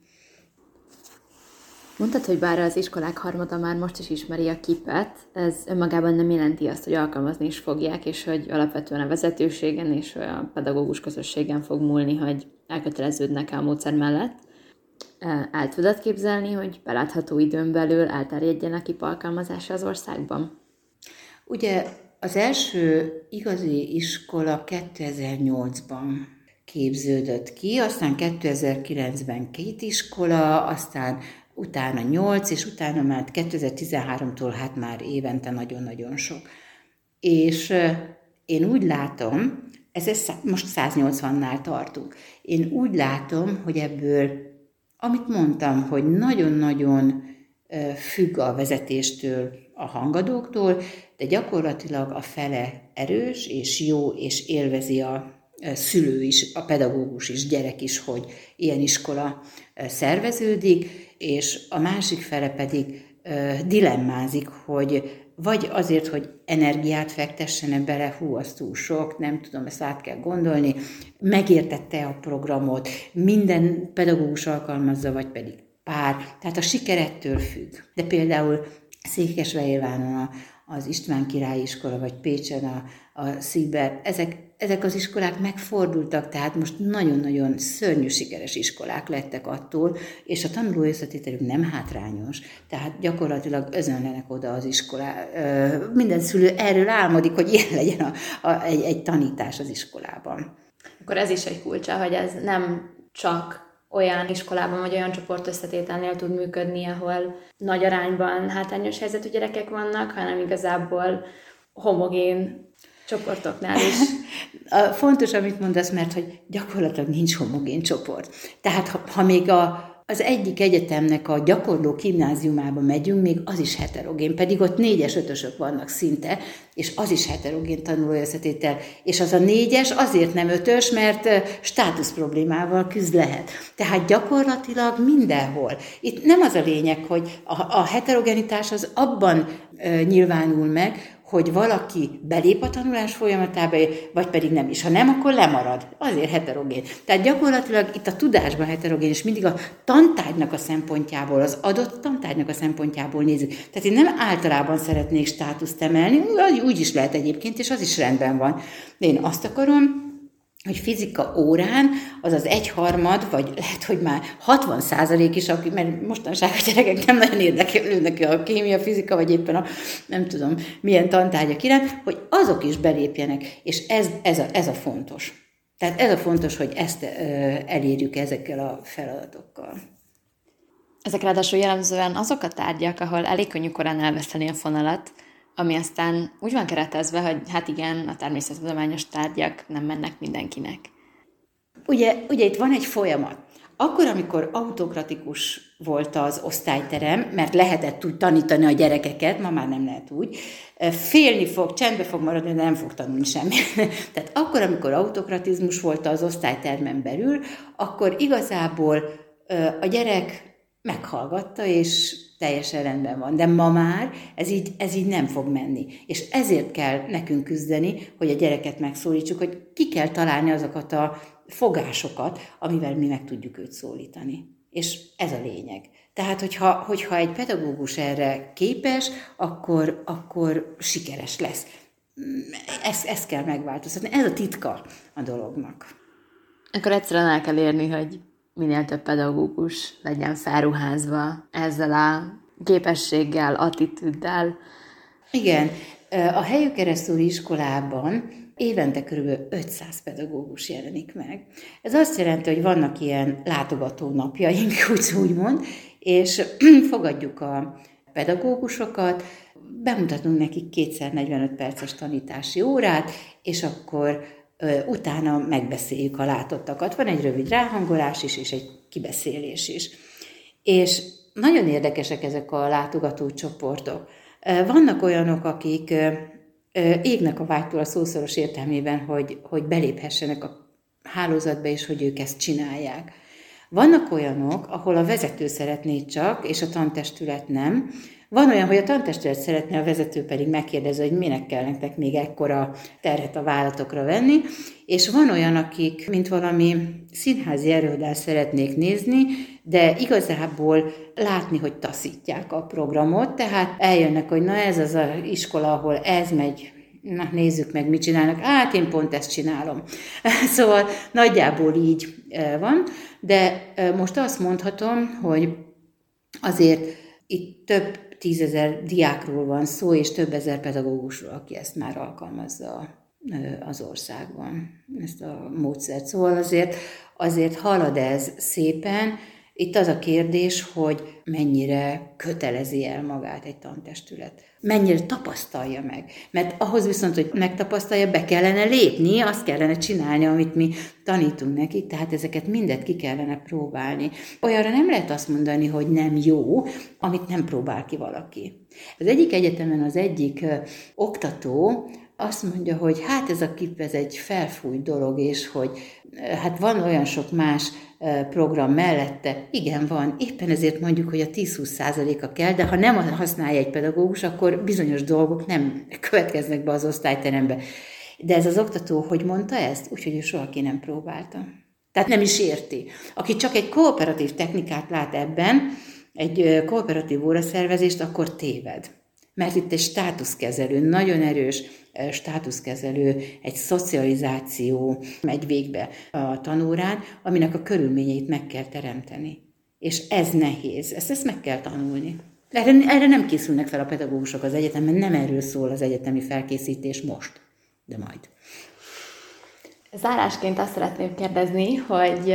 [SPEAKER 1] Mondtad, hogy bár az iskolák harmada már most is ismeri a KIP-et, ez önmagában nem jelenti azt, hogy alkalmazni is fogják, és hogy alapvetően a vezetőségen és a pedagógus közösségen fog múlni, hogy elköteleződnek a módszer mellett. El tudod képzelni, hogy belátható időn belül elterjedjen a KIP alkalmazása az országban?
[SPEAKER 2] Ugye az első igazi iskola 2008-ban képződött ki, aztán 2009-ben 2 iskola, aztán utána 8, és utána már 2013-tól hát már évente nagyon-nagyon sok. És én úgy látom, most 180-nál tartunk, én úgy látom, hogy ebből, amit mondtam, hogy nagyon-nagyon függ a vezetéstől, a hangadóktól, de gyakorlatilag a fele erős és jó, és élvezi a szülő is, a pedagógus is, gyerek is, hogy ilyen iskola szerveződik, és a másik fele pedig dilemmázik, hogy vagy azért, hogy energiát fektessene bele, az túl sok, nem tudom, ezt át kell gondolni, megértette a programot, minden pedagógus alkalmazza, vagy pedig pár, tehát a siker ettől függ. De például Székesfehérváron az István Királyi Iskola, vagy Pécsen a Szíber, ezek az iskolák megfordultak, tehát most nagyon-nagyon szörnyű sikeres iskolák lettek attól, és a tanuló összetételük nem hátrányos, tehát gyakorlatilag özönlenek oda az iskolá. Minden szülő erről álmodik, hogy ilyen legyen egy tanítás az iskolában.
[SPEAKER 1] Akkor ez is egy kulcsa, hogy ez nem csak olyan iskolában, vagy olyan csoportösszetételnél tud működni, ahol nagy arányban hátrányos helyzetű gyerekek vannak, hanem igazából homogén csoportoknál is.
[SPEAKER 2] Fontos, amit mondasz, mert hogy gyakorlatilag nincs homogén csoport. Tehát ha még az egyik egyetemnek a gyakorló gimnáziumába megyünk, még az is heterogén, pedig ott 4-es, 5-ösök vannak szinte, és az is heterogén tanulói összetétel. És az a 4-es azért nem 5-ös, mert státusz problémával küzd lehet. Tehát gyakorlatilag mindenhol. Itt nem az a lényeg, hogy a heterogenitás az abban nyilvánul meg, hogy valaki belép a tanulás folyamatába, vagy pedig nem is. Ha nem, akkor lemarad. Azért heterogén. Tehát gyakorlatilag itt a tudásban heterogén, és mindig a tantárgynak a szempontjából, az adott tantárgynak a szempontjából nézzük. Tehát én nem általában szeretnék státuszt emelni, úgy is lehet egyébként, és az is rendben van. De én azt akarom, hogy fizika órán az az 1/3, vagy lehet, hogy már 60% is, mert mostanság a gyerekek nem nagyon érdeklődnek a kémia, fizika, vagy éppen a nem tudom milyen tantárgyak iránt, hogy azok is belépjenek, és ez a fontos. Tehát ez a fontos, hogy ezt elérjük ezekkel a feladatokkal.
[SPEAKER 1] Ezek ráadásul jellemzően azok a tárgyak, ahol elég könnyű korán elveszteni a fonalat, ami aztán úgy van keretezve, hogy hát igen, a természettudományos tárgyak nem mennek mindenkinek.
[SPEAKER 2] Ugye itt van egy folyamat. Akkor, amikor autokratikus volt az osztályterem, mert lehetett úgy tanítani a gyerekeket, ma már nem lehet úgy, félni fog, csendbe fog maradni, de nem fog tanulni semmit. Tehát akkor, amikor autokratizmus volt az osztálytermen belül, akkor igazából a gyerek meghallgatta, és teljesen rendben van. De ma már ez így nem fog menni. És ezért kell nekünk küzdeni, hogy a gyereket megszólítsuk, hogy ki kell találni azokat a fogásokat, amivel mi meg tudjuk őt szólítani. És ez a lényeg. Tehát, hogyha egy pedagógus erre képes, akkor sikeres lesz. Ezt kell megváltoztatni. Ez a titka a dolognak.
[SPEAKER 1] Akkor egyszerűen el kell érni, hogy minél több pedagógus legyen felruházva ezzel a képességgel, attitűddel.
[SPEAKER 2] Igen, a Helyőkeresztúri iskolában évente kb. 500 pedagógus jelenik meg. Ez azt jelenti, hogy vannak ilyen látogató napjaink, úgymond, és fogadjuk a pedagógusokat, bemutatunk nekik 2x45 perces tanítási órát, és akkor utána megbeszéljük a látottakat. Van egy rövid ráhangolás is, és egy kibeszélés is. És nagyon érdekesek ezek a látogató csoportok. Vannak olyanok, akik égnek a vágytól a szószoros értelmében, hogy beléphessenek a hálózatba, és hogy ők ezt csinálják. Vannak olyanok, ahol a vezető szeretné csak, és a tantestület nem. Van olyan, hogy a tantestület szeretne, a vezető pedig megkérdezi, hogy minek kell nektek még ekkora terhet a vállatokra venni, és van olyan, akik, mint valami színházi előadást szeretnék nézni, de igazából látni, hogy taszítják a programot, tehát eljönnek, hogy na ez az az iskola, ahol ez megy, na nézzük meg, mit csinálnak, hát én pont ezt csinálom. Szóval nagyjából így van, de most azt mondhatom, hogy azért itt több 10 000 diákról van szó, és több ezer pedagógusról, aki ezt már alkalmazza az országban, ezt a módszert. Szóval azért halad ez szépen. Itt az a kérdés, hogy mennyire kötelezi el magát egy tantestület. Mennyire tapasztalja meg. Mert ahhoz viszont, hogy megtapasztalja, be kellene lépni, azt kellene csinálni, amit mi tanítunk nekik, tehát ezeket mindet ki kellene próbálni. Olyanra nem lehet azt mondani, hogy nem jó, amit nem próbál ki valaki. Az egyik egyetemen az egyik oktató azt mondja, hogy hát ez a KIP, ez egy felfújt dolog, és hogy hát van olyan sok más program mellette. Igen, van. Éppen ezért mondjuk, hogy a 10-20%-a kell, de ha nem használja egy pedagógus, akkor bizonyos dolgok nem következnek be az osztályterembe. De ez az oktató, hogy mondta ezt? Úgyhogy ő soha ki nem próbálta. Tehát nem is érti. Aki csak egy kooperatív technikát lát ebben, egy kooperatív óraszervezést, akkor téved. Mert itt egy státuszkezelő, nagyon erős státuszkezelő, egy szocializáció megy végbe a tanórán, aminek a körülményeit meg kell teremteni. És ez nehéz, ezt meg kell tanulni. Erre nem készülnek fel a pedagógusok az egyetemen, nem erről szól az egyetemi felkészítés most, de majd.
[SPEAKER 1] Zárásként azt szeretném kérdezni, hogy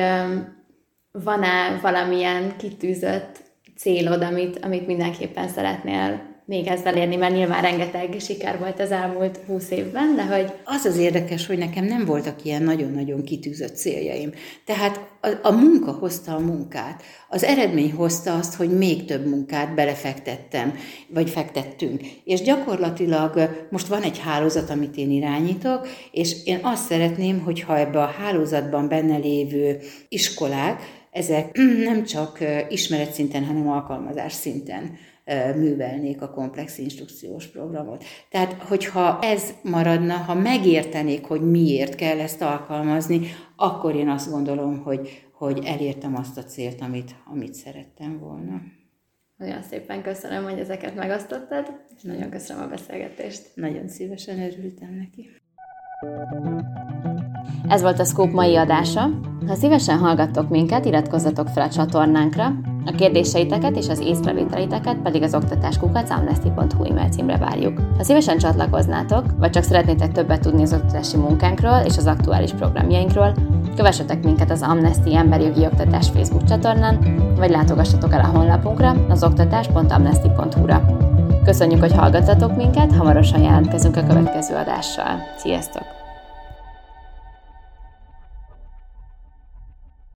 [SPEAKER 1] van-e valamilyen kitűzött célod, amit mindenképpen szeretnél még ezzel érni, mert nyilván rengeteg siker volt az elmúlt 20 évben, de hogy...
[SPEAKER 2] Az érdekes, hogy nekem nem voltak ilyen nagyon-nagyon kitűzött céljaim. Tehát a munka hozta a munkát. Az eredmény hozta azt, hogy még több munkát belefektettem, vagy fektettünk. És gyakorlatilag most van egy hálózat, amit én irányítok, és én azt szeretném, hogyha ebbe a hálózatban benne lévő iskolák, ezek nem csak ismeretszinten, hanem alkalmazás szinten művelnék a komplex instrukciós programot. Tehát, hogyha ez maradna, ha megértenék, hogy miért kell ezt alkalmazni, akkor én azt gondolom, hogy elértem azt a célt, amit szerettem volna.
[SPEAKER 1] Nagyon szépen köszönöm, hogy ezeket megosztottad, és nagyon köszönöm a beszélgetést.
[SPEAKER 2] Nagyon szívesen örültem neki.
[SPEAKER 1] Ez volt a Scoop mai adása. Ha szívesen hallgattok minket, iratkozzatok fel a csatornánkra, a kérdéseiteket és az észrevételeiteket pedig az oktatás@amnesty.hu e-mail címre várjuk. Ha szívesen csatlakoznátok, vagy csak szeretnétek többet tudni az oktatási munkánkról és az aktuális programjainkról, kövessetek minket az Amnesty Emberjogi Oktatás Facebook csatornán, vagy látogassatok el a honlapunkra, az oktatás.amnesty.hu-ra. Köszönjük, hogy hallgattatok minket, hamarosan jelentkezünk a következő adással. Sziasztok!